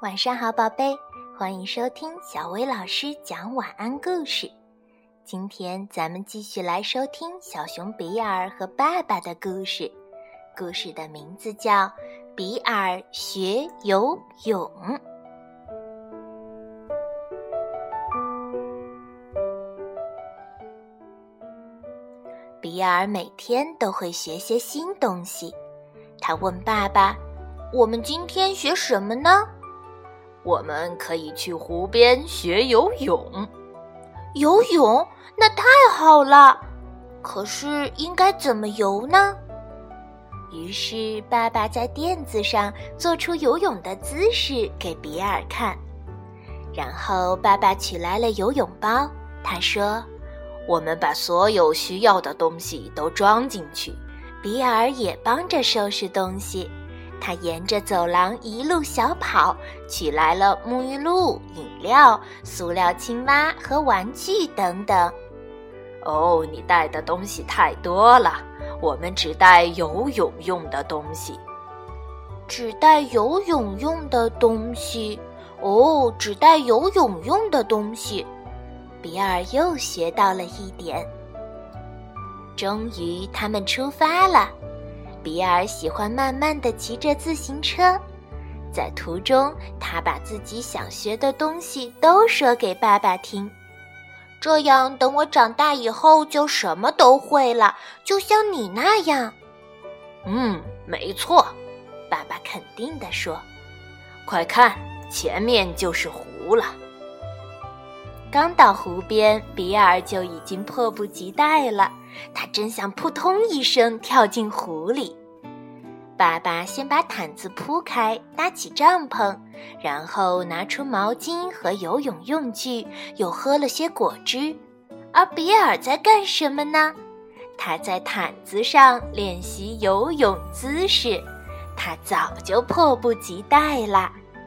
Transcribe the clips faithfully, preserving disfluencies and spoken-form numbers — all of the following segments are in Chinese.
晚上好，宝贝，欢迎收听小薇老师讲晚安故事。今天咱们继续来收听小熊比尔和爸爸的故事，故事的名字叫《比尔学游泳》。比尔每天都会学些新东西，他问爸爸：“我们今天学什么呢？” 我们可以去湖边学游泳。 游泳？那太好了！可是应该怎么游呢？于是爸爸在垫子上做出游泳的姿势给比尔看，然后爸爸取来了游泳包，他说：“ 我们把所有需要的东西都装进去。” 比尔也帮着收拾东西。他沿着走廊一路小跑，取来了沐浴露、饮料、塑料青蛙和玩具等等。 哦，你带的东西太多了，我们只带游泳用的东西。 只带游泳用的东西？哦，只带游泳用的东西。比尔又学到了一点。终于，他们出发了。比尔喜欢慢慢地骑着自行车，在途中他把自己想学的东西都说给爸爸听，这样等我长大以后就什么都会了，就像你那样。 嗯，没错， 爸爸肯定地说。 快看，前面就是湖了。 刚到湖边，比尔就已经迫不及待了，他真想扑通一声跳进湖里。爸爸先把毯子铺开，搭起帐篷，然后拿出毛巾和游泳用具，又喝了些果汁。而比尔在干什么呢？他在毯子上练习游泳姿势，他早就迫不及待了。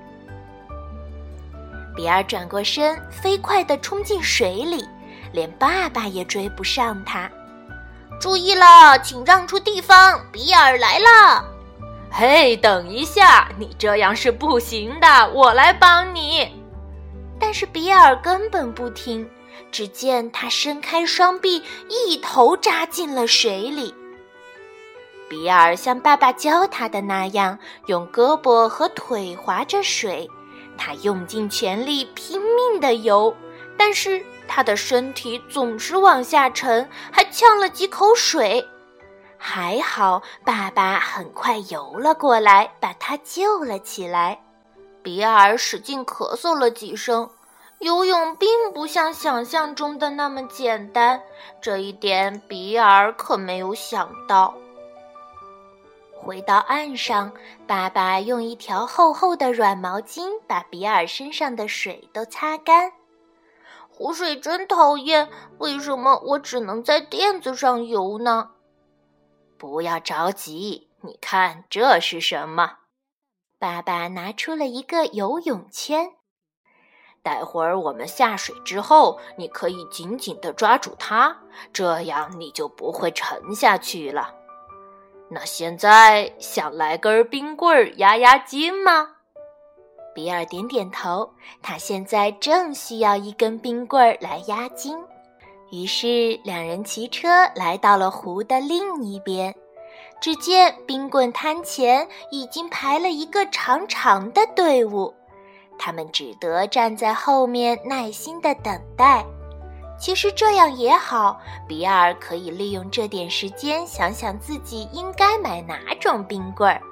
比尔转过身，飞快地冲进水里，连爸爸也追不上他。注意了，请让出地方，比尔来了！ 嘿，等一下，你这样是不行的，我来帮你。 但是比尔根本不听，只见他伸开双臂，一头扎进了水里。比尔像爸爸教他的那样，用胳膊和腿划着水，他用尽全力拼命地游，但是他的身体总是往下沉，还呛了几口水。还好爸爸很快游了过来，把他救了起来。比尔使劲咳嗽了几声，游泳并不像想象中的那么简单，这一点比尔可没有想到。回到岸上，爸爸用一条厚厚的软毛巾把比尔身上的水都擦干。湖水真讨厌，为什么我只能在垫子上游呢？ 不要着急，你看这是什么？ 爸爸拿出了一个游泳圈。 待会儿我们下水之后，你可以紧紧地抓住它，这样你就不会沉下去了。那现在想来根冰棍压压惊吗？ 比尔点点头，他现在正需要一根冰棍来压惊。于是两人骑车来到了湖的另一边，只见冰棍摊前已经排了一个长长的队伍，他们只得站在后面耐心地等待。其实这样也好，比尔可以利用这点时间想想自己应该买哪种冰棍儿。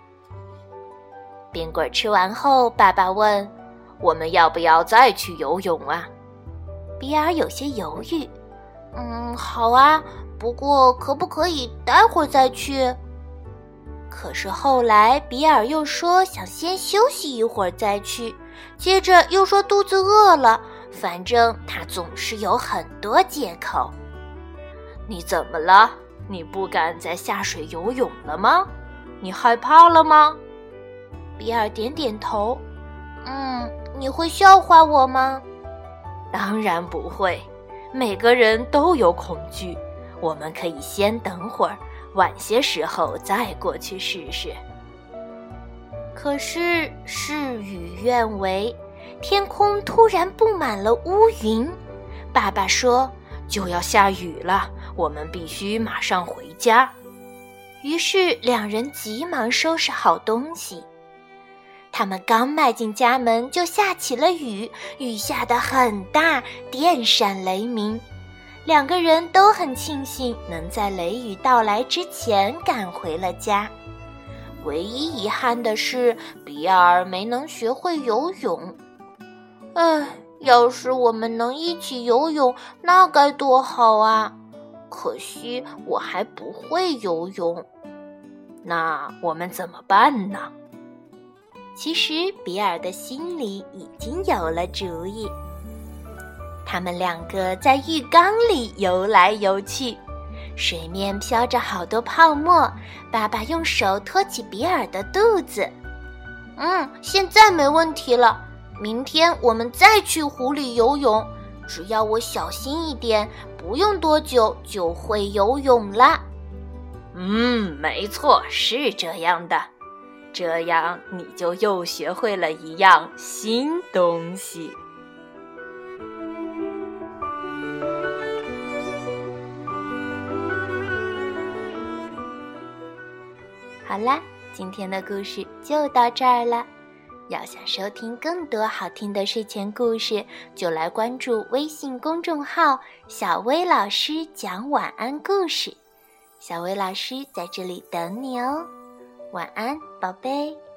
冰棍吃完后，爸爸问：“ 我们要不要再去游泳啊？” 比尔有些犹豫。嗯，好啊，不过可不可以待会儿再去？可是后来比尔又说想先休息一会儿再去，接着又说肚子饿了，反正他总是有很多借口。 你怎么了？你不敢再下水游泳了吗？你害怕了吗？ 比尔点点头。嗯，你会笑话我吗？ 当然不会，每个人都有恐惧，我们可以先等会儿，晚些时候再过去试试。 可是事与愿违，天空突然布满了乌云。爸爸说， 就要下雨了，我们必须马上回家。 于是两人急忙收拾好东西。他们刚迈进家门，就下起了雨，雨下得很大，电闪雷鸣。两个人都很庆幸能在雷雨到来之前赶回了家。唯一遗憾的是，比尔没能学会游泳。唉，要是我们能一起游泳，那该多好啊！可惜我还不会游泳。 那我们怎么办呢？ 其实比尔的心里已经有了主意。他们两个在浴缸里游来游去，水面飘着好多泡沫。爸爸用手托起比尔的肚子。嗯，现在没问题了。明天我们再去湖里游泳，只要我小心一点，不用多久就会游泳啦。 嗯，没错，是这样的。这样你就又学会了一样新东西。 好啦，今天的故事就到这儿了。要想收听更多好听的睡前故事，就来关注微信公众号小薇老师讲晚安故事。小薇老师在这里等你哦，晚安，宝贝。